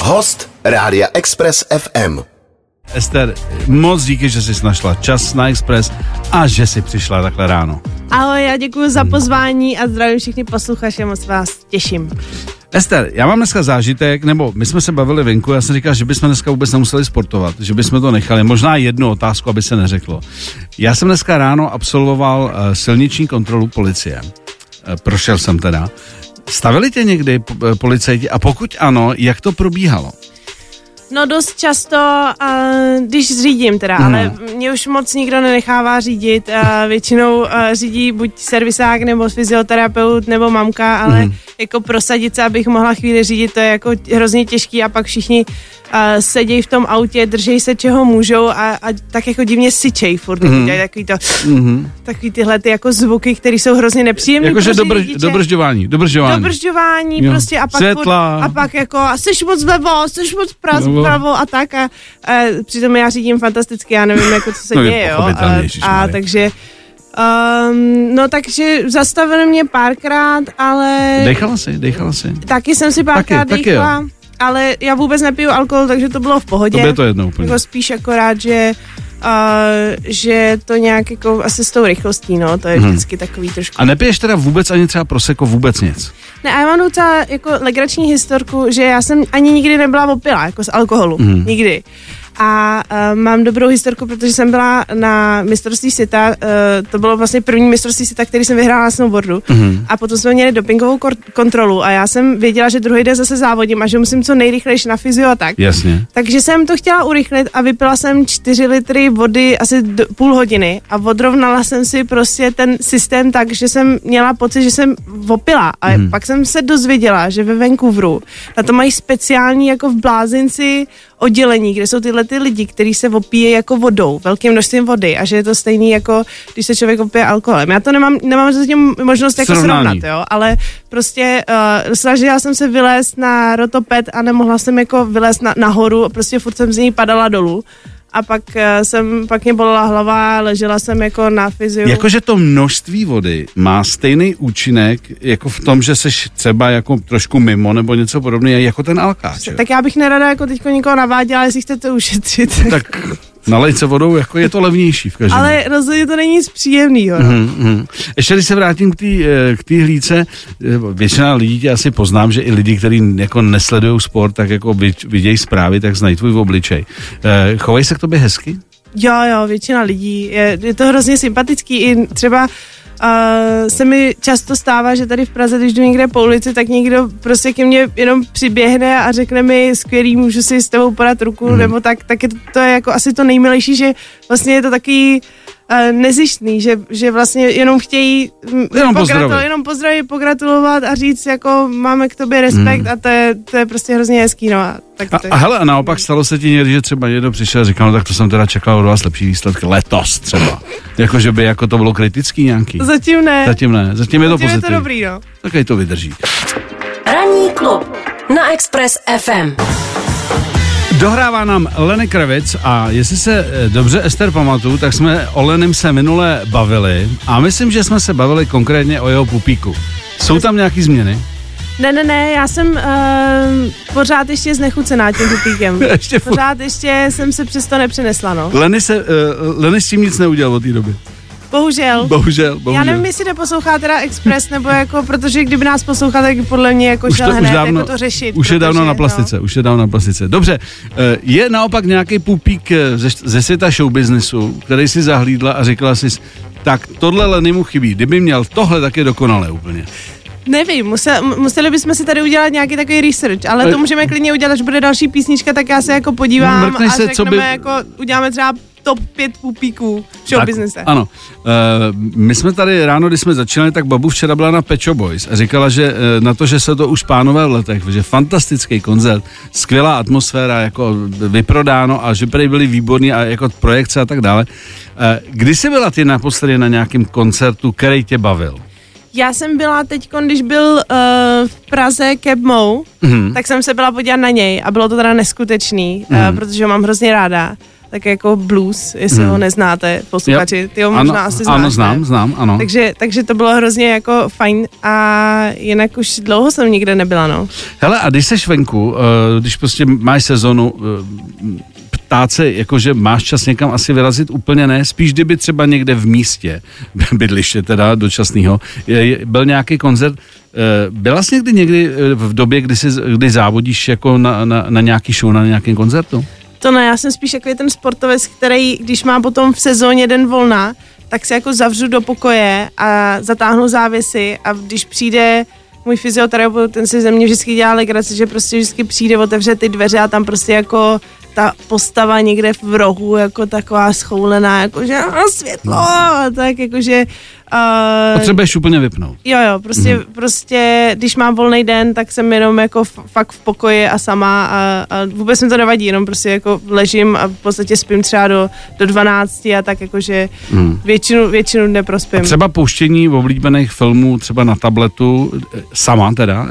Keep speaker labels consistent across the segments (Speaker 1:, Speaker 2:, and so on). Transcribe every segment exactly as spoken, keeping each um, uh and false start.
Speaker 1: Host Rádia Express ef em.
Speaker 2: Ester, moc díky, že jsi našla čas na Express a že jsi přišla takhle ráno.
Speaker 3: Ahoj, já děkuji za pozvání a zdravím všichni posluchače, moc vás těším.
Speaker 2: Ester, já mám dneska zážitek, nebo my jsme se bavili venku, já jsem říkal, že bychom dneska vůbec nemuseli sportovat, že bychom to nechali, možná jednu otázku, aby se neřeklo. Já jsem dneska ráno absolvoval uh, silniční kontrolu policie. Uh, prošel jsem teda. Stavili tě někdy uh, policajti a pokud ano, jak to probíhalo?
Speaker 3: No dost často, uh, když řídím teda, hmm. ale mě už moc nikdo nenechává řídit. Uh, většinou uh, řídí buď servisák, nebo fyzioterapeut, nebo mamka, ale hmm. jako prosadit se, abych mohla chvíli řídit, to je jako hrozně těžký a pak všichni uh, sedějí v tom autě, držej se čeho můžou a, a tak jako divně syčej furt, hmm. dělají takový to, hmm. takový tyhle ty jako zvuky, které jsou hrozně nepříjemné.
Speaker 2: Jakože dobrž, dobržďování, dobržďování.
Speaker 3: Dobržďování,
Speaker 2: jo.
Speaker 3: prostě a pak
Speaker 2: Světla.
Speaker 3: Furt, a pak jako a seš moc vlevo, seš moc pravo, pravo a tak a, a přitom já řídím fantasticky, já nevím, jako co se
Speaker 2: no,
Speaker 3: děje, jo. A, a takže Um, no takže zastavili mě párkrát, ale...
Speaker 2: Dejchala si, dejchala si.
Speaker 3: Taky jsem si párkrát taky, dejchala, taky ale já vůbec nepiju alkohol, takže to bylo v pohodě.
Speaker 2: To by to jedno úplně.
Speaker 3: Jako spíš akorát, že, uh, že to nějak jako asi s tou rychlostí, no, to je hmm. vždycky takový trošku.
Speaker 2: A nepiješ teda vůbec ani třeba prosecco, vůbec nic?
Speaker 3: Ne, a já mám docela jako legrační historku, že já jsem ani nikdy nebyla opilá, jako z alkoholu, hmm. nikdy. A uh, mám dobrou historku, protože jsem byla na mistrovství světa, uh, to bylo vlastně první mistrovství světa, který jsem vyhrála na snowboardu mm-hmm. a potom jsme měli dopingovou kor- kontrolu a já jsem věděla, že druhý den zase závodím a že musím co nejrychlejší na fyzio a tak.
Speaker 2: Jasně.
Speaker 3: Takže jsem to chtěla urychlit a vypila jsem čtyři litry vody asi do, půl hodiny a odrovnala jsem si prostě ten systém tak, že jsem měla pocit, že jsem opila a mm-hmm. pak jsem se dozvěděla, že ve Vancouveru na to mají speciální jako v blázinci oddělení, kde jsou tyhle ty lidi, kteří se opíjí jako vodou, velkým množstvím vody a že je to stejný jako když se člověk opije alkoholem. Já to nemám, nemám zatím možnost jako srovnat, jo, ale prostě uh, snažila jsem se vylézt na rotoped a nemohla jsem jako vylézt na, nahoru, prostě furt jsem z něj padala dolů. A pak uh, jsem, pak mě bolela hlava, ležela jsem jako na fyziu.
Speaker 2: Jakože to množství vody má stejný účinek, jako v tom, že seš třeba jako trošku mimo nebo něco podobného, jako ten alkáč.
Speaker 3: Tak já bych nerada jako teďko nikoho naváděla, jestli chcete ušetřit.
Speaker 2: Tak nalejt se vodou, jako je to levnější v každém.
Speaker 3: Ale rozhodně to není nic příjemného. No.
Speaker 2: Mm, mm. Ještě když se vrátím k té k té hlídce, většina lidí tě asi poznám, že i lidi, kteří jako nesledují sport, tak jako vidějí zprávy, tak znají tvůj obličej. Chovají se k tobě hezky?
Speaker 3: Jo, jo, většina lidí. Je, je to hrozně sympatický. I třeba Uh, se mi často stává, že tady v Praze, když jdu někde po ulici, tak někdo prostě ke mně jenom přiběhne a řekne mi skvělý, můžu si s tebou podat ruku, mm. nebo tak, tak je to, to je jako asi to nejmilejší, že vlastně je to takový uh, nezištný, že, že vlastně jenom chtějí
Speaker 2: jenom pozdravit.
Speaker 3: jenom pozdravit, pogratulovat a říct, jako máme k tobě respekt mm. a to je, to je prostě hrozně hezký, no a tak to
Speaker 2: a, a hele, a naopak stalo se ti někdy, že třeba někdo přišel a říkal, no tak to jsem teda čekal od vás lepší výsledky letos třeba. Jako, že by jako to bylo kritický nějaký.
Speaker 3: Zatím ne.
Speaker 2: Zatím ne, zatím je to pozitivní.
Speaker 3: Zatím je to dobrý, no.
Speaker 2: Takej to vydrží.
Speaker 4: Ranní klub na Express ef em.
Speaker 2: Dohrává nám Lenny Kravitz a jestli se dobře Ester pamatuju, tak jsme o Lenym se minule bavili a myslím, že jsme se bavili konkrétně o jeho pupíku. Jsou tam nějaký změny?
Speaker 3: Ne, ne, ne, já jsem uh, pořád ještě znechucená tím pupíkem. ještě pořád ještě jsem se přes to nepřenesla, no.
Speaker 2: Lenny, se, uh, Lenny s tím nic neudělal od té doby.
Speaker 3: Bohužel.
Speaker 2: Bohužel, bohužel.
Speaker 3: Já nevím, jestli neposlouchá teda Express, nebo jako, protože kdyby nás poslouchal, tak podle mě jako šel hned dávno, jako to řešit.
Speaker 2: Už je dávno na plastice, no. už je dávno na plastice. Dobře, je naopak nějaký pupík ze, ze světa showbiznesu, který si zahlídla a řekla si, tak tohle Lenny mu chybí, kdyby měl tohle, tak je dokonalé úplně.
Speaker 3: Nevím, musel, museli bychom si tady udělat nějaký takový research, ale to můžeme klidně udělat, až bude další písnička, tak já se jako podívám Mrknej a se, řekneme, co by... jako uděláme třeba top pět pupíků v showbiznese.
Speaker 2: Ano, uh, my jsme tady ráno, když jsme začínali, tak babu včera byla na Pet Shop Boys a říkala, že uh, na to, že se to už pánové v letech, že fantastický koncert, skvělá atmosféra, jako vyprodáno a že prý byli výborní a jako projekce a tak dále. Uh, kdy jsi byla ty naposledy na nějakém koncertu, který tě bavil?
Speaker 3: Já jsem byla teď, když byl uh, v Praze Cap Mo, mm-hmm. tak jsem se byla podívat na něj a bylo to teda neskutečný, mm-hmm. uh, protože ho mám hrozně ráda. tak jako blues, jestli hmm. ho neznáte, posluchači, ty ho možná
Speaker 2: ano,
Speaker 3: asi znáte.
Speaker 2: Ano, znám, znám, ano.
Speaker 3: Takže, takže to bylo hrozně jako fajn a jinak už dlouho jsem nikde nebyla, no.
Speaker 2: Hele, a když seš venku, když prostě máš sezonu, ptát se, jakože máš čas někam asi vyrazit, úplně ne, spíš kdyby třeba někde v místě, bydliště teda dočasného, byl nějaký koncert. Byla jsi někdy někdy v době, kdy, jsi, kdy závodíš jako na, na, na nějaký show, na nějakém koncertu?
Speaker 3: To ne, já jsem spíš takový ten sportovec, který, když má potom v sezóně den volna, tak se jako zavřu do pokoje a zatáhnu závěsy a když přijde můj fyzioterapeut, ten si ze mě vždycky dělá legraci, že prostě vždycky přijde, otevře ty dveře a tam prostě jako ta postava někde v rohu, jako taková schoulená, jakože světlo, a tak jakože... Uh,
Speaker 2: Potřebuješ úplně vypnout.
Speaker 3: Jo, jo, prostě, mm. prostě, když mám volný den, tak jsem jenom jako f- fakt v pokoji a sama a, a vůbec mi to nevadí, jenom prostě jako ležím a v podstatě spím třeba do, do dvanácti a tak jakože mm. většinu, většinu neprospím. A
Speaker 2: třeba pouštění oblíbených filmů třeba na tabletu, sama teda,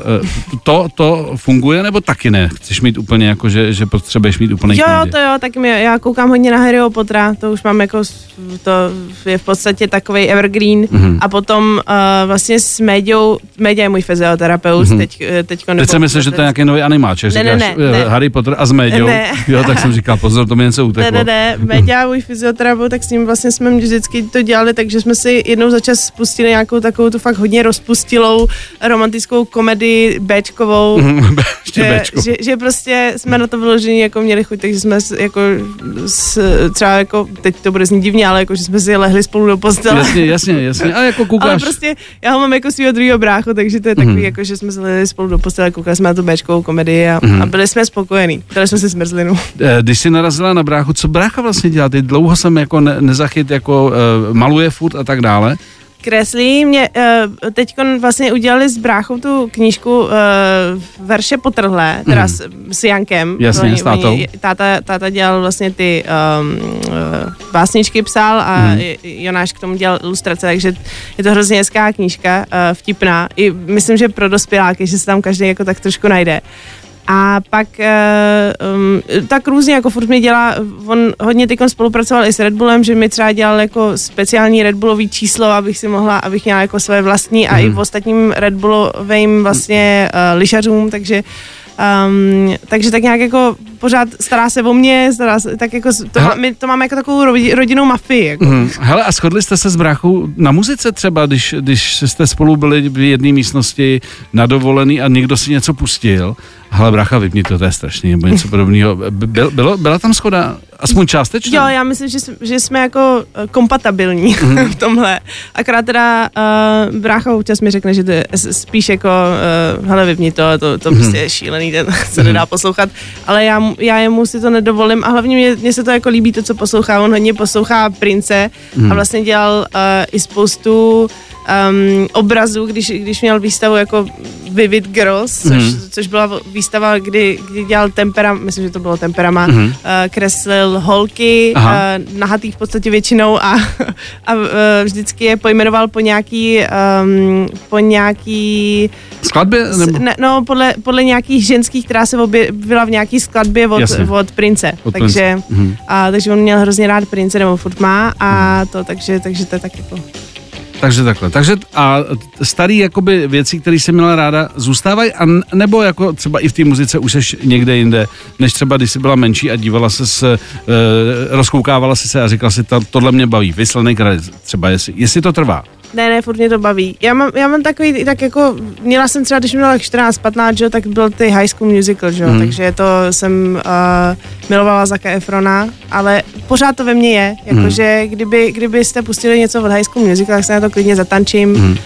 Speaker 2: to, to funguje nebo taky ne? Chceš mít úplně jako, že, že potřebuješ mít úplný
Speaker 3: Jo,
Speaker 2: komedii?
Speaker 3: to jo, taky mě, já koukám hodně na Harryho Pottera, to už mám jako, to je v podstatě takovej evergreen mm-hmm. a potom uh, vlastně s Méďou, Méďa je můj fyzioterapeut, mm-hmm. teď, teďko nebo...
Speaker 2: Teď jsem myslel, že to je nějaký nový animáček,
Speaker 3: ne,
Speaker 2: říkáš
Speaker 3: ne, ne, ne.
Speaker 2: Harry Potter a s Méďou,
Speaker 3: ne.
Speaker 2: Jo, tak jsem říkal, pozor, to mi něco uteklo.
Speaker 3: Ne, ne, ne, Méďa, můj fyzioterapeut, tak s ním vlastně jsme vždycky to dělali, takže jsme si jednou za čas spustili nějakou takovou tu fakt hodně rozpustilou romantickou komedii béčkovou, že, že, že prostě jsme na to vyložení jako měli chuť, takže jsme jako s, třeba jako, teď to bude znít divně, ale jako, že jsme si lehli spolu do postele.
Speaker 2: Jasně, jasně, jasně, a jako koukáš.
Speaker 3: Ale prostě já ho mám jako svýho druhýho bráchu, takže to je takový, mm. jako, že jsme se lehli spolu do postele, koukali jsme na tu béčkovou komedii a, mm. a byli jsme spokojení. Dali jsme si zmrzlinu.
Speaker 2: Když jsi narazila na bráchu, co brácha vlastně dělá? Ty dlouho jsem jako ne, nezachyt, jako uh, maluje furt a tak dále.
Speaker 3: Kreslí. Mě uh, teď vlastně udělali s bráchou tu knížku uh, Verše potrhlé, teda mm. s, s Jankem.
Speaker 2: Jasně,
Speaker 3: oni,
Speaker 2: s tátou.
Speaker 3: Oni, táta, táta dělal vlastně ty um, uh, básničky psal a mm. Jonáš k tomu dělal ilustrace, takže je to hrozně hezká knížka, uh, vtipná. I myslím, že pro dospěláky, že se tam každý jako tak trošku najde. A pak um, tak různě, jako furt mi dělá, on hodně teď spolupracoval i s Red Bullem, že mi třeba dělal jako speciální Red Bullový číslo, abych si mohla, abych měla jako své vlastní a mm. i v ostatním Red Bullovým vlastně uh, lyžařům, takže Um, takže tak nějak jako pořád stará se o mě, stará se, tak jako to, má, my to máme jako takovou rodinnou mafii. Jako.
Speaker 2: Mm. Hele, a shodli jste se s bráchou na muzice třeba, když, když jste spolu byli v jedné místnosti na dovolený a někdo si něco pustil? Hele, brácha, vypni to, to je strašný, nebo něco podobného. Byl, bylo, byla tam shoda aspoň částečně?
Speaker 3: Jo, já myslím, že, že jsme jako kompatibilní mm. v tomhle. Akorát teda uh, brácha občas mi řekne, že to je spíš jako uh, hele, vypni to, to, to mm. prostě je šílený, ten se nedá mm. poslouchat, ale já, já jemu si to nedovolím a hlavně mě, mě se to jako líbí to, co poslouchá. On hodně poslouchá Prince mm. a vlastně dělal uh, i spoustu Um, obrazů, když, když měl výstavu jako Vivid Girls, což, mm. což byla výstava, kdy, kdy dělal tempera, myslím, že to bylo temperama, mm. uh, kreslil holky, uh, nahatý v podstatě většinou a, a uh, vždycky je pojmenoval po nějaký um, po nějaký
Speaker 2: skladbě? Nebo?
Speaker 3: Ne, no, podle, podle nějakých ženských, která se objevila v nějaký skladbě od, od Prince. Od takže, Prince. Mm. A, takže on měl hrozně rád Prince, nebo furt má a to, takže, takže to je tak jako...
Speaker 2: Takže takhle. Takže a starý jakoby věci, které jsi měla ráda, zůstávají, a nebo jako třeba i v té muzice už jsi někde jinde, než třeba když jsi byla menší a dívala se, s, e, rozkoukávala si se a říkala si, to, tohle mě baví, Vyslaný kraj, třeba jestli, jestli to trvá. Ne,
Speaker 3: ne, furt mě to baví. Já mám, já mám takový, tak jako, měla jsem třeba, když mi měla čtrnáct patnáct, jo, tak byl ty High School Musical, jo, hmm. takže to jsem uh, milovala Zacka Efrona, ale pořád to ve mně je, jakože hmm. kdyby, kdybyste pustili něco od High School Musical, tak se na to klidně zatančím. Hmm.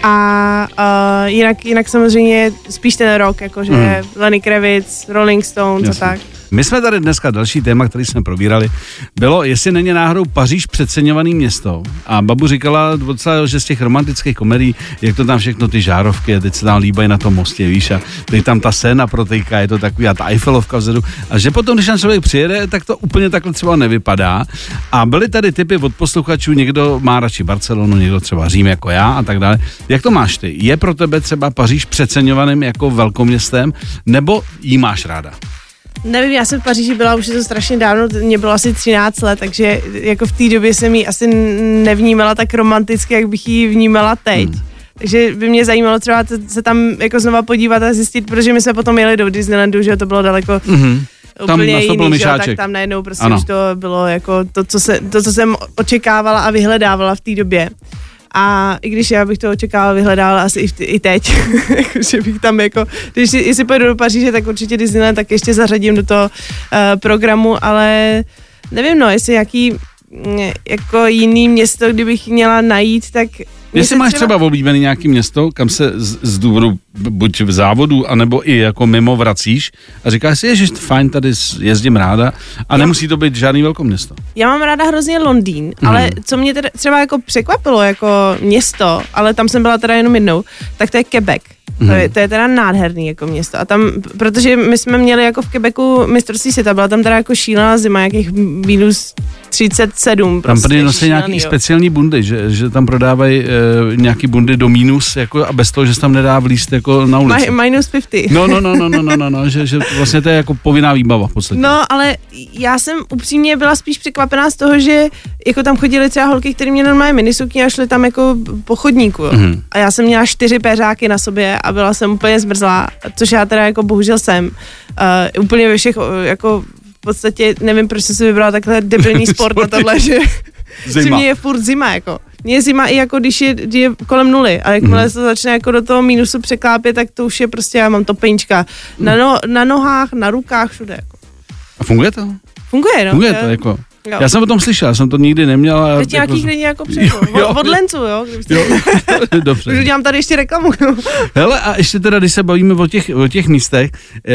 Speaker 3: A uh, jinak, jinak samozřejmě spíš ten rock, jakože hmm. Lenny Kravitz, Rolling Stones Jasně. a tak.
Speaker 2: My jsme tady dneska, další téma, který jsme probírali, bylo, jestli není náhodou Paříž přeceňovaný město. A babu říkala docela, že z těch romantických komedií, jak to tam všechno ty žárovky, teď se tam líbají na tom mostě, víš, a teď tam ta Sena protejká, je to takový a ta Eiffelovka vzadu. A že potom, když tam člověk přijede, tak to úplně takhle třeba nevypadá. A byly tady typy od posluchačů, někdo má radši Barcelonu, někdo třeba Řím jako já a tak dále. Jak to máš ty? Je pro tebe třeba Paříž přeceňovaným jako velkoměstem, nebo jí máš ráda?
Speaker 3: Nevím, já jsem v Paříži byla, už je to strašně dávno, mě bylo asi třináct let, takže jako v té době jsem ji asi nevnímala tak romanticky, jak bych ji vnímala teď. Hmm. Takže by mě zajímalo třeba se tam jako znova podívat a zjistit, protože my jsme potom jeli do Disneylandu, že to bylo daleko mm-hmm. úplně tam jiný, že jo, tak tam najednou prostě ano. Už to bylo jako to co, se, to, co jsem očekávala a vyhledávala v té době. A i když já bych to očekávala, vyhledávala asi i, v, i teď, že bych tam jako, když jestli pojedu do Paříže, tak určitě Disneyland tak ještě zařadím do toho uh, programu, ale nevím, no, jestli jaký jako jiný město, kdybych měla najít, tak
Speaker 2: jestli máš třeba, třeba oblíbený nějaký město, kam se z, z důvodu buď v závodu, anebo i jako mimo vracíš a říkáš si, že fajn, tady jezdím ráda a nemusí to být žádný velké město.
Speaker 3: Já mám ráda hrozně Londýn, hmm. ale co mě teda třeba jako překvapilo jako město, ale tam jsem byla teda jenom jednou, tak to je Quebec. Hmm. To, je, to je teda nádherný jako město a tam, protože my jsme měli jako v Quebecu mistrovství světa, byla tam teda jako šílená zima, jakých minus třicet sedm.
Speaker 2: Tam prostě nosí nějaký jo. speciální bundy, že, že tam prodávají e, nějaký bundy do mínus jako, a bez toho, že se tam nedá vlízt jako na ulici.
Speaker 3: Ma, minus padesát.
Speaker 2: No, no, no, no, no, no, no, no že, že vlastně to je jako povinná výbava v podstatě.
Speaker 3: No, ale já jsem upřímně byla spíš překvapená z toho, že jako tam chodily třeba holky, které měly normálně minisukně a šly tam jako po chodníku. Jo. Mm. A já jsem měla čtyři péřáky na sobě a byla jsem úplně zmrzlá, což já teda jako bohužel jsem. Uh, úplně ve všech jako v podstatě nevím, proč jsem si vybrala takhle debilní sport na tohle, že, že mě je furt zima, jako. Mně je zima i jako, když je, když je kolem nuly, ale jakmile mm. se začne jako do toho mínusu překlápět, tak to už je prostě, já mám topeníčka na, no, na nohách, na rukách, všude, jako.
Speaker 2: A funguje to?
Speaker 3: Funguje, no.
Speaker 2: Funguje to, jako. Jo. Já jsem o tom slyšel, já jsem to nikdy neměla.
Speaker 3: Teď nějaký jako... klidně jako přešlo. Od Lencu, jo?
Speaker 2: jo. Dobře.
Speaker 3: Už dělám tady ještě reklamu.
Speaker 2: Hele, a ještě teda, když se bavíme o těch, o těch místech,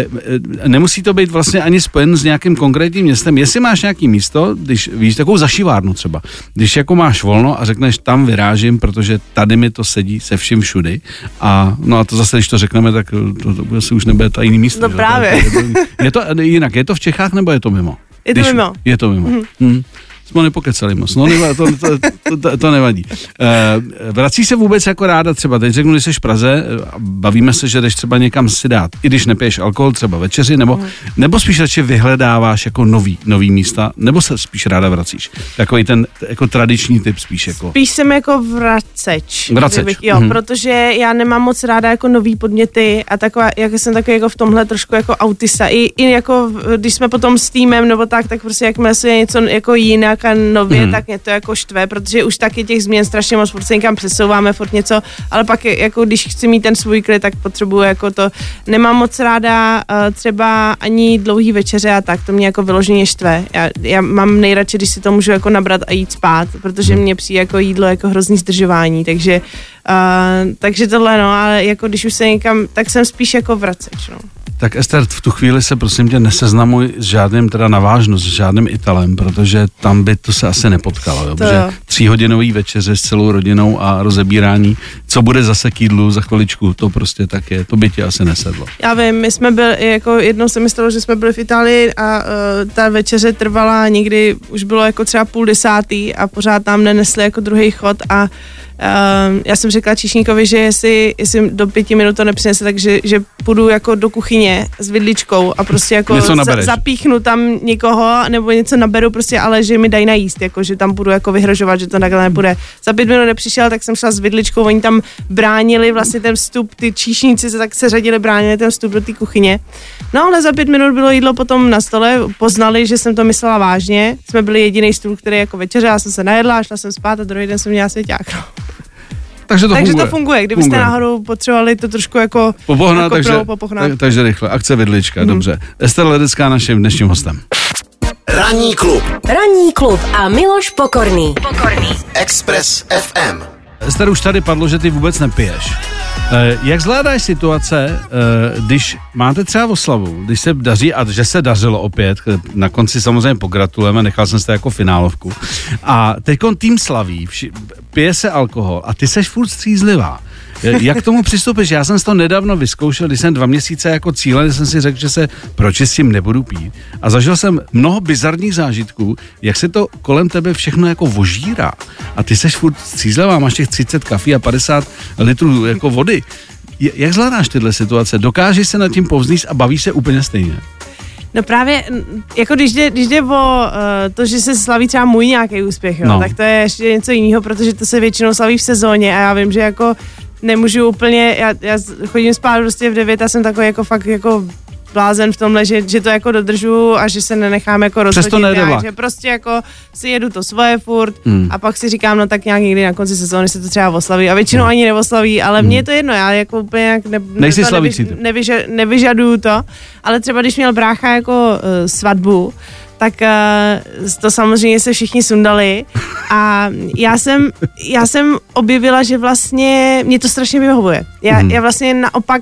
Speaker 2: nemusí to být vlastně ani spojen s nějakým konkrétním městem. Jestli máš nějaký místo, když víš, takovou zašivárnu třeba, když jako máš volno a řekneš, tam vyrážím, protože tady mi to sedí se vším všudy. A no a to zase, když to řekneme, tak to, to asi už nebude tajný místo.
Speaker 3: No že? Právě.
Speaker 2: Je to, je to jinak, je to v Čechách nebo je to mimo?
Speaker 3: Je to Když, mimo.
Speaker 2: Je to mimo. Mm-hmm. Hmm. Jsme nepokecali moc, no to, to, to, to, to nevadí. E, vrací se vůbec jako ráda třeba, teď řeknu, když jsi v Praze, bavíme se, že jdeš třeba někam si dát, i když nepiješ alkohol, třeba večeři, nebo, mm. nebo spíš radši vyhledáváš jako nový, nový místa, nebo se spíš ráda vracíš? Takový ten jako tradiční typ spíš jako.
Speaker 3: Spíš jsem jako vraceč.
Speaker 2: Vraceč.
Speaker 3: Bych, jo, mm. protože já nemám moc ráda jako nový podněty a taková, jak jsem takový jako v tomhle trošku jako autista. I, i jako, když jsme potom s týmem nebo tak, tak prostě jakmile se je něco jako jinak a nově, mm. tak mě to jako štve, protože už taky těch změn strašně moc, furt se někam přesouváme, furt něco, ale pak jako když chci mít ten svůj klid, tak potřebuju jako to, nemám moc ráda uh, třeba ani dlouhý večeře a tak, to mě jako vyloženě štve. Já, já mám nejradši, když si to můžu jako nabrat a jít spát, protože mě přijde jako jídlo jako hrozný zdržování, takže uh, takže tohle no, ale jako když už se někam, tak jsem spíš jako vraceč, no.
Speaker 2: Tak Ester, v tu chvíli se prosím tě neseznamuj s žádným teda navážno, s žádným Italem, protože tam by to se asi nepotkalo, jo? Protože tříhodinový večeře s celou rodinou a rozebírání, co bude zase k jídlu za chviličku, to prostě tak je, to by ti asi nesedlo.
Speaker 3: Já vím, my jsme byli, jako jednou se mi stalo, že jsme byli v Itálii a uh, ta večeře trvala někdy, už bylo jako třeba půl desátý a pořád nám nenesli jako druhý chod a Uh, já jsem řekla číšníkovi, že jestli, jestli do pěti minut to nepřinese, takže že půjdu jako do kuchyně s vidličkou a prostě jako za, zapíchnu tam někoho nebo něco naberu prostě, ale že mi dají najíst, jako že tam budu jako vyhrožovat, že to takhle nebude. Za pět minut nepřišel, tak jsem šla s vidličkou, oni tam bránili vlastně ten vstup, ty číšníci se tak se řadili, bránili ten vstup do té kuchyně. No ale za pět minut bylo jídlo potom na stole, poznali, že jsem to myslela vážně, jsme byli jediný stůl, který jako večeře, já jsem se najedla, šla jsem spát a druhý den jsem měla svěťák. No.
Speaker 2: Takže to
Speaker 3: takže
Speaker 2: funguje.
Speaker 3: to funguje, kdybyste funguje. Náhodou potřebovali to trošku jako
Speaker 2: popohnat, jako takže, popohnat. Tak, takže rychle, akce vidlička, mm. dobře. Ester Ledecká naším dnešním hostem.
Speaker 1: Ranní klub.
Speaker 4: Ranní klub a Miloš Pokorný. Pokorný.
Speaker 1: Express ef em.
Speaker 2: Ester, už tady padlo, že ty vůbec nepiješ. E, jak zvládáš situace, e, když máte třeba oslavu, když se daří, a že se dařilo opět, na konci samozřejmě pogratulujeme, nechal jsem si to jako finálovku, a teďkon tým slaví, vši, pije se alkohol a ty seš furt střízlivá. Jak k tomu přistupíš? Já jsem si to nedávno vyzkoušel, když jsem dva měsíce jako cíleně jsem si řekl, že se pročistím, nebudu pít. A zažil jsem mnoho bizarních zážitků, jak se to kolem tebe všechno jako vožírá. A ty seš furt střízlivá, máš těch třicet kafí a padesát litrů jako vody. Jak zvládáš tyhle situace? Dokážeš se nad tím povznést a bavíš se úplně stejně?
Speaker 3: No právě, jako když jde, když jde o uh, to, že se slaví třeba můj nějaký úspěch, jo, no. tak to je ještě něco jiného, protože to se většinou slaví v sezóně a já vím, že jako nemůžu úplně, já, já chodím spát prostě v devět a jsem takový jako fakt jako blázen v tomhle, že, že to jako dodržu a že se nenechám jako rozhodit, že prostě jako si jedu to svoje furt hmm. a pak si říkám, no tak nějak někdy na konci sezóny se to třeba oslaví a většinou hmm. ani neoslaví, ale hmm. mně je to jedno, já jako úplně jak ne, ne, to nevyž, nevyž, nevyžaduju to, ale třeba když měl brácha jako uh, svatbu, tak uh, to samozřejmě se všichni sundali a já jsem, já jsem objevila, že vlastně mě to strašně vyhovuje. Já, hmm. já vlastně naopak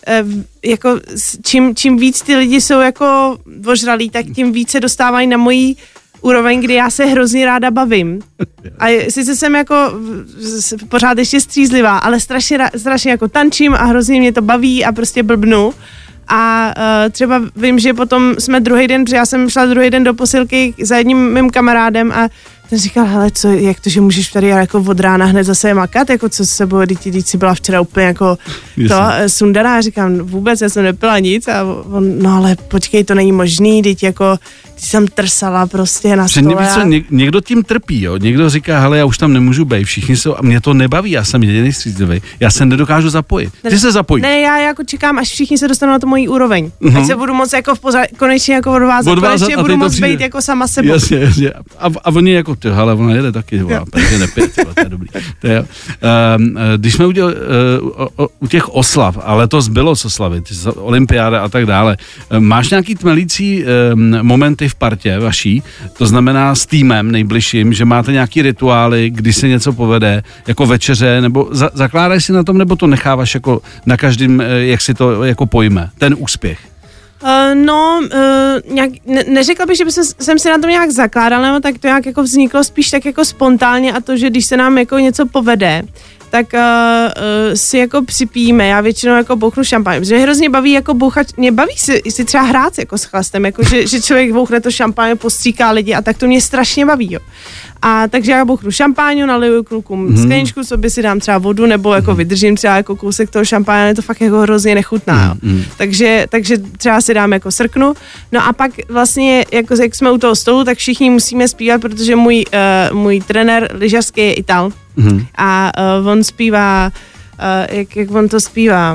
Speaker 3: jako čím, čím víc ty lidi jsou jako ožralí, tak tím víc se dostávají na mojí úroveň, kdy já se hrozně ráda bavím. A sice jsem jako pořád ještě střízlivá, ale strašně, strašně jako tančím a hrozně mě to baví a prostě blbnu. A uh, třeba vím, že potom jsme druhý den, protože já jsem šla druhý den do posilky za jedním mým kamarádem a ten říkal, hele, co, jak to, že můžeš tady jako od rána hned zase makat, jako co se bylo, když jsi byla včera úplně jako to, sundaná, a říkám, vůbec, já jsem nepila nic a on, no ale počkej, to není možný, teď jako, ty jsem trsala prostě na stole.
Speaker 2: Víc, co, něk, někdo tím trpí, jo, někdo říká, hele, já už tam nemůžu být, všichni jsou, a mě to nebaví, já jsem jediný střízlivý, já se nedokážu zapojit. Ty ne, se zapojíš.
Speaker 3: Ne, já jako čekám, až všichni se dostanou na to mojí úroveň, uh-huh. ať se budu moc jako v poza, konečně jako odvázat, odvázat konečně budu moc být jako sama sebou.
Speaker 2: Jasně, jasně. A, a oni jako, ty, hele, ona jede taky, vole, takže nepije, tyhle, to je dobrý. To je, um, když jsme udělali uh, u těch oslav, a letos bylo co slavit, olympiáda a tak dále, máš nějaký tmelící um, momenty v partě vaší, to znamená s týmem nejbližším, že máte nějaký rituály, kdy se něco povede, jako večeře, nebo za, zakládáš si na tom, nebo to necháváš jako na každém, jak si to jako pojme, ten úspěch?
Speaker 3: Uh, no, uh, nějak, ne, neřekla bych, že by se, jsem si na tom nějak zakládala, nebo tak to nějak jako vzniklo spíš tak jako spontánně a to, že když se nám jako něco povede, tak uh, uh, si jako připijíme, já většinou jako bouchnu šampaň, protože mě hrozně baví jako bouchat, mě baví si, si třeba hrát jako s chlastem, jako že, že člověk bouchne to šampaň, postříká lidi a tak to mě strašně baví, jo. A takže já bouchnu šampáňu, naliju klukům mm. skleničku, sobě si dám třeba vodu, nebo jako vydržím třeba jako kousek toho šampáně, ale to fakt jako hrozně nechutná. Mm. Takže, takže třeba si dám jako srknu. No a pak vlastně, jako jak jsme u toho stolu, tak všichni musíme zpívat, protože můj, uh, můj trenér lyžařský je Ital. Mm. A uh, on zpívá, uh, jak, jak on to zpívá?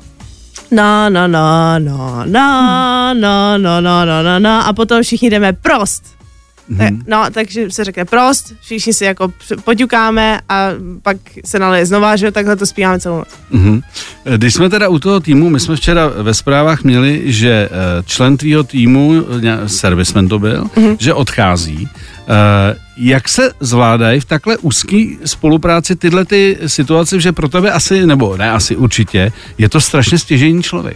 Speaker 3: No, no, no, no, no, no, no, no, no, no, no, a potom všichni jdeme prost. Mm-hmm. No, takže se řekne prost, všichni si jako poťukáme a pak se naleje znova, že takhle to zpíváme celou noc.
Speaker 2: Mm-hmm. Když jsme teda u toho týmu, my jsme včera ve zprávách měli, že člen tvýho týmu, servisman to byl, mm-hmm. že odchází. Jak se zvládají v takhle úzké spolupráci tyhle ty situace, že pro tebe asi, nebo ne asi určitě, je to strašně stěžejní člověk?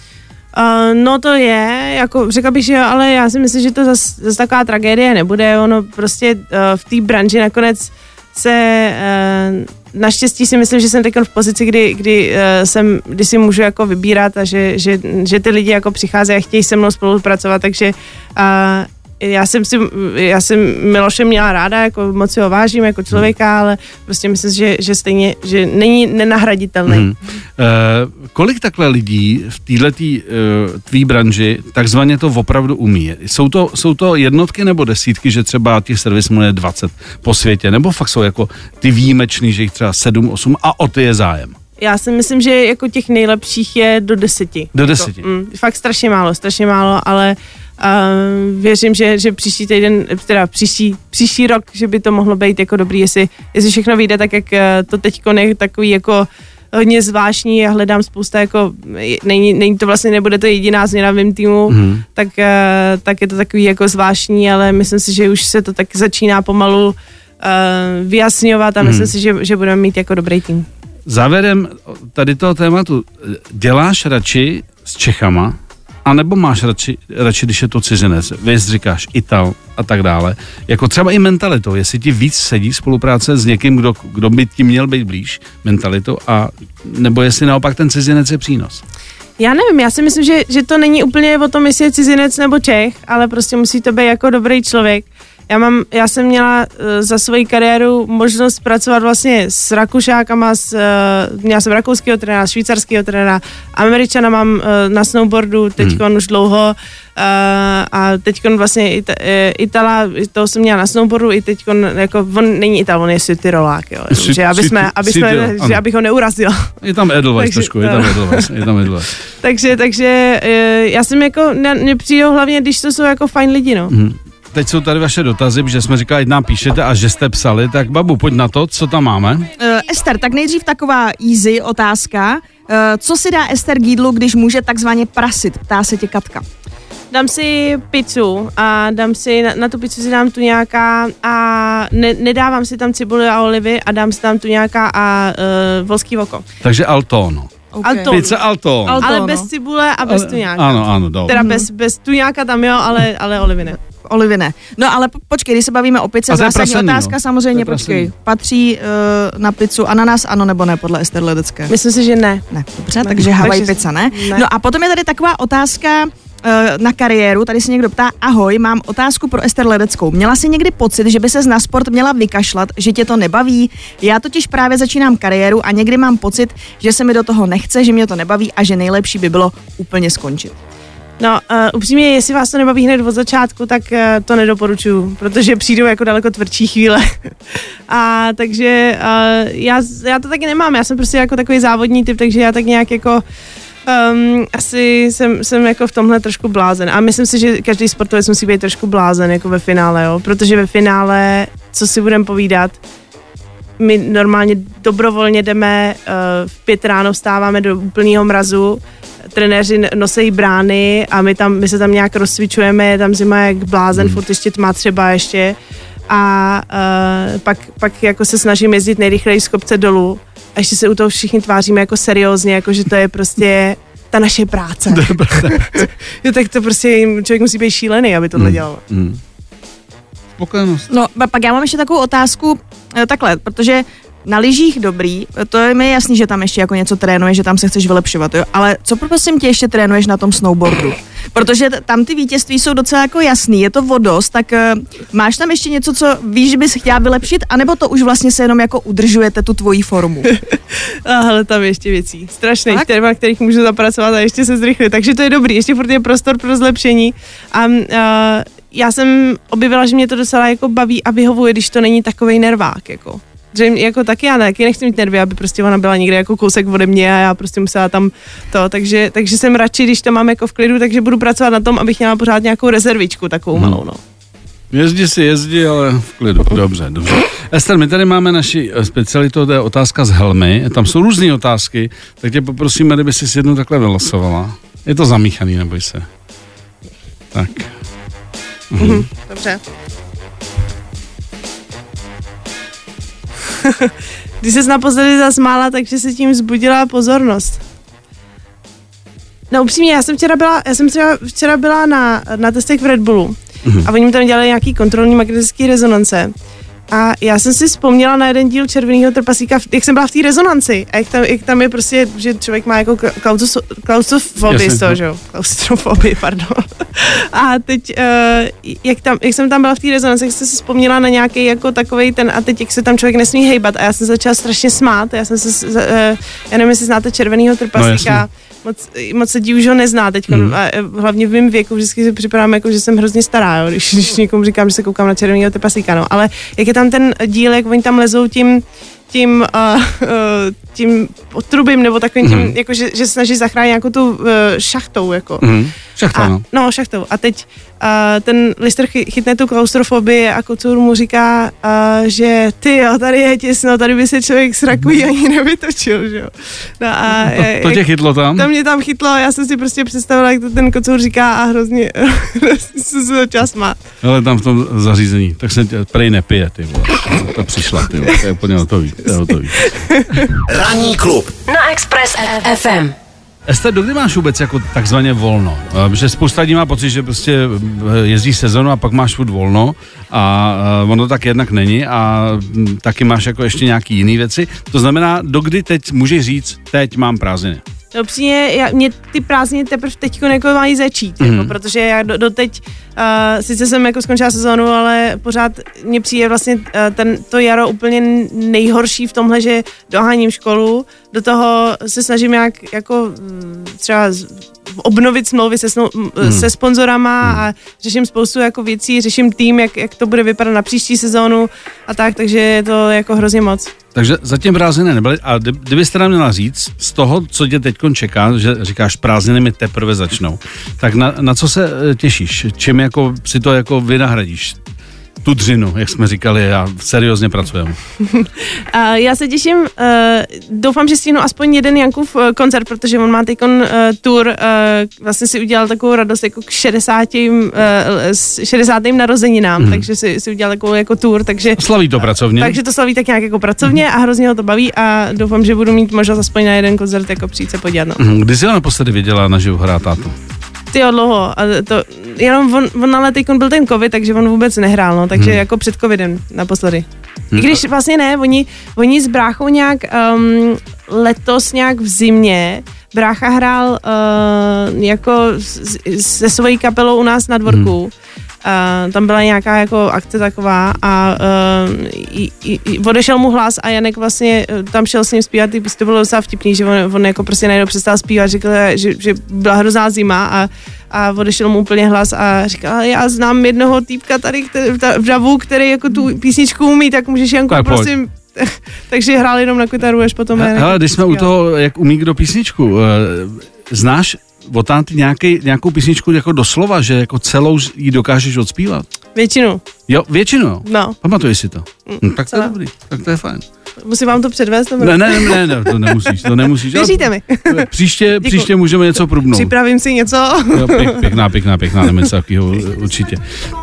Speaker 3: Uh, no to je, jako řekla bych, že jo, ale já si myslím, že to zase zas taková tragédie nebude, ono prostě uh, v té branži nakonec se, uh, naštěstí si myslím, že jsem teď v pozici, kdy, kdy, uh, jsem, kdy si můžu jako vybírat a že, že, že ty lidi jako přicházejí a chtějí se mnou spolupracovat, takže uh, já jsem si, já jsem Miloše měla ráda, jako moc si ho vážím jako člověka, ale prostě myslím, že, že stejně, že není nenahraditelný. Hmm. Uh,
Speaker 2: kolik takhle lidí v této uh, tvý branži takzvaně to opravdu umí? Jsou to, jsou to jednotky nebo desítky, že třeba těch servismů je dvacet po světě, nebo fakt jsou jako ty výjimečný, že jich třeba sedm, osm a o ty je zájem?
Speaker 3: Já si myslím, že jako těch nejlepších je do deseti.
Speaker 2: Do deseti?
Speaker 3: Jako, mm, fakt strašně málo, strašně málo, ale uh, věřím, že, že příští týden, teda příští, příští rok, že by to mohlo být jako dobrý, jestli, jestli všechno vyjde tak, jak to teďko je takový jako hodně zvláštní, já hledám spousta jako, není, není to vlastně, nebude to jediná změna v mém týmu, mm. tak, uh, tak je to takový jako zvláštní, ale myslím si, že už se to tak začíná pomalu uh, vyjasňovat a mm. myslím si, že, že budeme mít jako dobrý tým.
Speaker 2: Závěrem tady toho tématu, děláš radši s Čechama, anebo máš radši, radši když je to cizinec, víc říkáš Ital a tak dále, jako třeba i mentalitou, jestli ti víc sedí spolupráce s někým, kdo, kdo by ti měl být blíž mentalitou, a nebo jestli naopak ten cizinec je přínos?
Speaker 3: Já nevím, já si myslím, že, že to není úplně o tom, jestli je cizinec nebo Čech, ale prostě musí to být jako dobrý člověk. Já mám, já jsem měla uh, za svoji kariéru možnost pracovat vlastně s Rakušákama, s, uh, měla jsem rakouského trenéra, švýcarského trenéra, Američana mám uh, na snowboardu teďkon hmm. už dlouho uh, a teďkon vlastně Ita, uh, Itala, toho jsem měla na snowboardu i teďkon, jako on není Ital, on je Sütyrolák, jo, Sy- že aby jsme, aby jsme, Sütyro, že abych ho neurazila.
Speaker 2: Je tam Edelweiss trošku, je tam Edelweiss, je tam Edelweiss.
Speaker 3: takže, takže uh, já jsem jako, mně přijdou hlavně, když to jsou jako fajn lidi, no. Hmm.
Speaker 2: Teď jsou tady vaše dotazy, že jsme říkali, ať nám píšete a že jste psali, tak babu, pojď na to, co tam máme. Uh,
Speaker 5: Ester, tak nejdřív taková easy otázka. Uh, co si dá Ester k jídlu, když může takzvaně prasit? Ptá se tě Katka.
Speaker 3: Dám si pizzu a dám si, na, na tu pizzu si dám tu nějaká a ne, nedávám si tam cibuli a olivy a dám si tam tu nějaká a uh, volský oko.
Speaker 2: Takže Altono.
Speaker 3: Okay. Alton.
Speaker 2: Pizza Alton.
Speaker 3: Alton. Ale bez cibule a bez tuňáka.
Speaker 2: Ano, ano, dobře.
Speaker 3: Teda bez, bez tuňáka tam jo, ale, ale olivy ne.
Speaker 5: Olivy ne. No ale po, počkej, když se bavíme o pizze, zásadní prasený, otázka, no. Samozřejmě, počkej, patří uh, na pizzu ananas, ano nebo ne, podle Ester Ledecké?
Speaker 3: Myslím si, že ne.
Speaker 5: Ne, dobře, ne. Takže Hawaii pizza ne? ne. No a potom je tady taková otázka uh, na kariéru, tady se někdo ptá, ahoj, mám otázku pro Ester Ledeckou. Měla jsi někdy pocit, že by ses na sport měla vykašlat, že tě to nebaví? Já totiž právě začínám kariéru a někdy mám pocit, že se mi do toho nechce, že mě to nebaví a že nejlepší by bylo úplně skončit.
Speaker 3: No, uh, upřímně, jestli vás to nebaví hned od začátku, tak uh, to nedoporučuju, protože přijdou jako daleko tvrdší chvíle. A takže uh, já, já to taky nemám, já jsem prostě jako takový závodní typ, takže já tak nějak jako um, asi jsem, jsem jako v tomhle trošku blázen. A myslím si, že každý sportovec musí být trošku blázen jako ve finále, jo, protože ve finále, co si budeme povídat, my normálně dobrovolně jdeme, uh, v pět ráno vstáváme do úplného mrazu, trenéři nosejí brány a my, tam, my se tam nějak rozcvičujeme, je tam zima jak blázen, hmm. furt ještě tma třeba ještě a uh, pak, pak jako se snažím jezdit nejrychleji z kopce dolů a ještě se u toho všichni tváříme jako seriózně, jako že to je prostě ta naše práce. Jo, tak to prostě člověk musí být šílený, aby tohle hmm. dělal. Hmm.
Speaker 2: Spokojenost.
Speaker 5: No, pak já mám ještě takovou otázku, takhle, protože na lyžích dobrý, to je mi jasný, že tam ještě jako něco trénuješ, že tam se chceš vylepšovat, jo? Ale co prosím tě ještě trénuješ na tom snowboardu? Protože tam ty vítězství jsou docela jako jasný, je to vodost, tak uh, máš tam ještě něco, co víš, že bys chtěla vylepšit, anebo to už vlastně se jenom jako udržujete tu tvoji formu?
Speaker 3: Ale tam ještě věcí strašných, na kterých můžu zapracovat a ještě se zrychlit, takže to je dobrý, ještě furt je prostor pro zlepšení a uh, já jsem objevila, že mě to docela jako baví a vyhovuje, když to není takovej nervák, jako. Že jako taky já taky nechci mít nervy, aby prostě ona byla někde jako kousek ode mě a já prostě musela tam to, takže, takže jsem radši, když to mám jako v klidu, takže budu pracovat na tom, abych měla pořád nějakou rezervičku takovou hmm. malou, no.
Speaker 2: Jezdí si jezdí, ale v klidu. Dobře, dobře. Ester, my tady máme naši specialitu, to je otázka z helmy, tam jsou různé otázky, tak tě poprosíme, kdyby si jednu takhle vylosovala. Je to zamíchaný, neboj se. Tak.
Speaker 3: Mhm. Dobře. Když ses naposledy zasmála, takže se tím vzbudila pozornost. No upřímně, já jsem včera byla, já jsem včera, včera byla na, na testech v Red Bullu mm-hmm. a oni mi tam dělali nějaký kontrolní magnetický rezonance. A já jsem si vzpomněla na jeden díl Červeného trpaslíka, jak jsem byla v té rezonanci a jak tam, jak tam je prostě, že člověk má jako klaustrofobii z toho, že jo? Klaustrofobii, pardon. A teď, uh, jak, tam, jak jsem tam byla v té rezonanci, jak jsem si vzpomněla na nějaký jako takovej ten, a teď jak se tam člověk nesmí hejbat a já jsem začala strašně smát, já jsem se, uh, já nevím, jestli znáte Červeného trpaslíka, no, moc, moc lidí už ho nezná teď, mm. a hlavně v mém věku vždycky si připadám jako, že jsem hrozně stará, jo? Když, když někomu říkám, že se koukám na Červeného trpaslíka, no, ale jak je tam ten díl, jak oni tam lezou tím, tím, uh, uh, tím potrubím, nebo takovým tím, mm. jako, že, že snaží zachránit nějakou tu uh, šachtou, jako.
Speaker 2: Mm. Šachtou, no.
Speaker 3: No, šachtou. A teď uh, ten Lister chytne tu klaustrofobii a kocour mu říká, uh, že ty jo, tady je těsno, tady by se člověk s rakví ani nevytočil, že jo. No a
Speaker 2: to, to tě chytlo tam?
Speaker 3: To mě tam chytlo, já jsem si prostě představila, jak to ten kocour říká a hrozně jsem se začala smát.
Speaker 2: Ale tam v tom zařízení, tak se tě prej nepije, ty vole. To přišla, ty vole, to je úplně hotový, to je hotový.
Speaker 1: Ranní klub
Speaker 4: na Express F M.
Speaker 2: Ester, dokdy máš vůbec jako takzvaně volno? Protože spousta lidí má pocit, že prostě jezdí sezonu a pak máš furt volno a ono tak jednak není a taky máš jako ještě nějaký jiný věci. To znamená, dokdy teď můžeš říct, teď mám prázdniny?
Speaker 3: No přijde, já, mě ty prázdniny teprve teď jako mají začít, mm. jako, protože já do, doteď, uh, sice jsem jako skončila sezónu, ale pořád mně přijde vlastně uh, ten, to jaro úplně nejhorší v tomhle, že doháním školu, do toho se snažím nějak jako třeba obnovit smlouvy se, snou, mm. se sponzorama mm. a řeším spoustu jako věcí, řeším tým, jak, jak to bude vypadat na příští sezónu a tak, takže je to jako hrozně moc.
Speaker 2: Takže zatím prázdniny nebyly. A kdybyste nám měla říct, z toho, co tě teďkon čeká, že říkáš, prázdniny mi teprve začnou, tak na, na co se těšíš? Čím jako si to jako vynahradíš? Tu dřinu, jak jsme říkali, a seriózně pracujeme.
Speaker 3: Já se těším, uh, doufám, že stihnu aspoň jeden Jankův koncert, protože on má teďkon uh, tour, uh, vlastně si udělal takovou radost jako k šedesátým, uh, šedesátým narozeninám, hmm. takže si, si udělal takovou jako tour, takže...
Speaker 2: Slaví to pracovně.
Speaker 3: Takže to slaví tak nějak jako pracovně hmm. a hrozně ho to baví a doufám, že budu mít možnost aspoň na jeden koncert jako přijít se podívat. No.
Speaker 2: Hmm. Kdy jsi ho naposledy viděla naživo hrát tátu?
Speaker 3: Tyjo, dlouho. A to, jenom on, on ale teďkon byl ten covid, takže on vůbec nehrál, no, takže hmm. jako před covidem naposledy. Hmm. I když vlastně ne, oni, oni s bráchou nějak um, letos nějak v zimě, brácha hrál uh, jako s, se svojí kapelou u nás na dvorku. Hmm. Uh, tam byla nějaká jako akce taková a uh, i, i, odešel mu hlas a Janek vlastně uh, tam šel s ním zpívat, to bylo docela vtipný, že on, on jako prostě najednou přestal zpívat, říkal, že, že byla hrozná zima a, a odešel mu úplně hlas a říkal, já znám jednoho týpka tady který, v Davu, který jako tu písničku umí, tak můžeš Janku, tak prosím. Takže hrál jenom na kytaru, až potom.
Speaker 2: Hele, když jsme u toho, jak umí kdo písničku, uh, znáš od táty nějaký, nějakou písničku jako doslova, že jako celou ji dokážeš odspívat?
Speaker 3: Většinu.
Speaker 2: Jo, většinu?
Speaker 3: No.
Speaker 2: Pamatuješ si to? Hm, tak to je dobrý, tak to je fajn.
Speaker 3: Musím vám to předvést?
Speaker 2: Ne, ne, ne, ne, to nemusíš, to nemusíš.
Speaker 3: Věříte mi.
Speaker 2: Příště, příště můžeme něco průbnout.
Speaker 3: Připravím si něco.
Speaker 2: Jo, pěk, pěkná, pěkná, pěkná, nebo něco takového, určitě.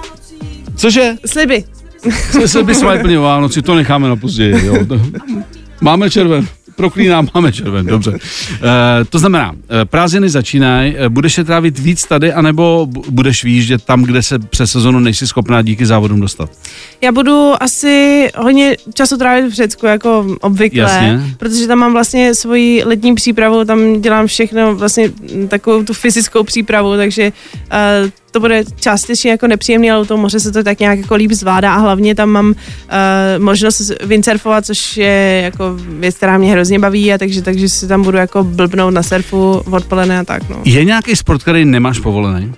Speaker 2: Cože?
Speaker 3: Sliby.
Speaker 2: Sliby jsme plně o Vánoci, to necháme na později, jo. Máme červen. Proklínám, máme červen, dobře. Uh, to znamená, uh, prázdniny začínají, uh, budeš je trávit víc tady, anebo budeš výjíždět tam, kde se přes sezonu nejsi schopná díky závodům dostat?
Speaker 3: Já budu asi hodně času trávit v Řecku, jako obvykle, jasně. Protože tam mám vlastně svoji letní přípravu, tam dělám všechno, vlastně takovou tu fyzickou přípravu, takže uh, to bude částečně jako nepříjemný, ale u toho moře se to tak nějak jako líp zvládá a hlavně tam mám uh, možnost windsurfovat, což je jako věc, která mě hrozně baví a takže, takže si tam budu jako blbnout na surfu odpoledne a tak, no.
Speaker 2: Je nějaký sport, který nemáš povolený?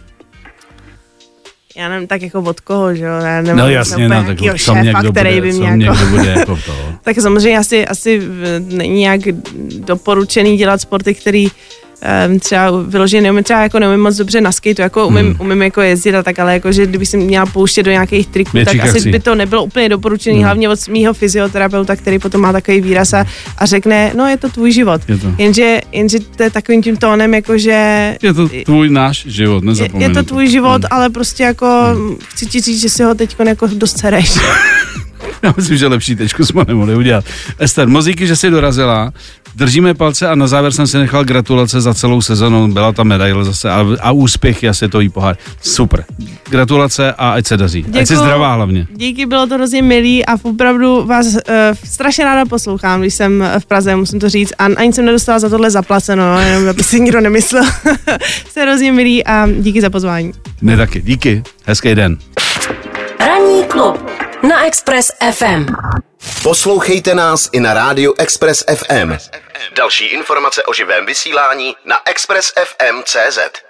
Speaker 3: Já nevím, tak jako od koho, že jo? Já nevím,
Speaker 2: no jasně, no, tak
Speaker 3: šéfa, který by mě jako...
Speaker 2: bude jako to.
Speaker 3: Tak samozřejmě asi, asi není nějak doporučený dělat sporty, který Um, třeba vyloženě neumím, třeba jako neumím moc dobře na skateu, jako umím, hmm. umím jako jezdit a tak, ale jako, že kdybych si měla pouštět do nějakých triků,
Speaker 2: Větší
Speaker 3: tak
Speaker 2: asi
Speaker 3: asi by to nebylo úplně doporučený, hmm. hlavně od mýho fyzioterapeuta, který potom má takový výraz a, a řekne, no je to tvůj život. Je to. Jenže, jenže to je takovým tím tónem, jako že...
Speaker 2: Je to tvůj náš život, nezapomeň.
Speaker 3: Je, je to tvůj život, hmm. ale prostě jako hmm. chci ti říct, že si ho teď jako dost sereš.
Speaker 2: Já myslím, že lepší tečku jsme nemohli udělat. Ester, moc díky, že jsi dorazila. Držíme palce a na závěr jsem si nechal gratulace za celou sezonu. Byla ta medaile zase a, a úspěchy a světový pohár. Super. Gratulace a ať se daří. Děkuju, ať jsi zdravá hlavně.
Speaker 3: Díky, bylo to hrozně milý a opravdu vás uh, strašně ráda poslouchám, když jsem v Praze, musím to říct. A ani jsem nedostala za tohle zaplaceno, no, jenom aby si nikdo nemyslel. Jste hrozně milý a díky za pozvání.
Speaker 2: Ne taky, díky. Hezký den.
Speaker 4: Ranní klub na Express F M.
Speaker 1: Poslouchejte nás i na rádiu Express F M. Další informace o živém vysílání na express f m tečka cé zet.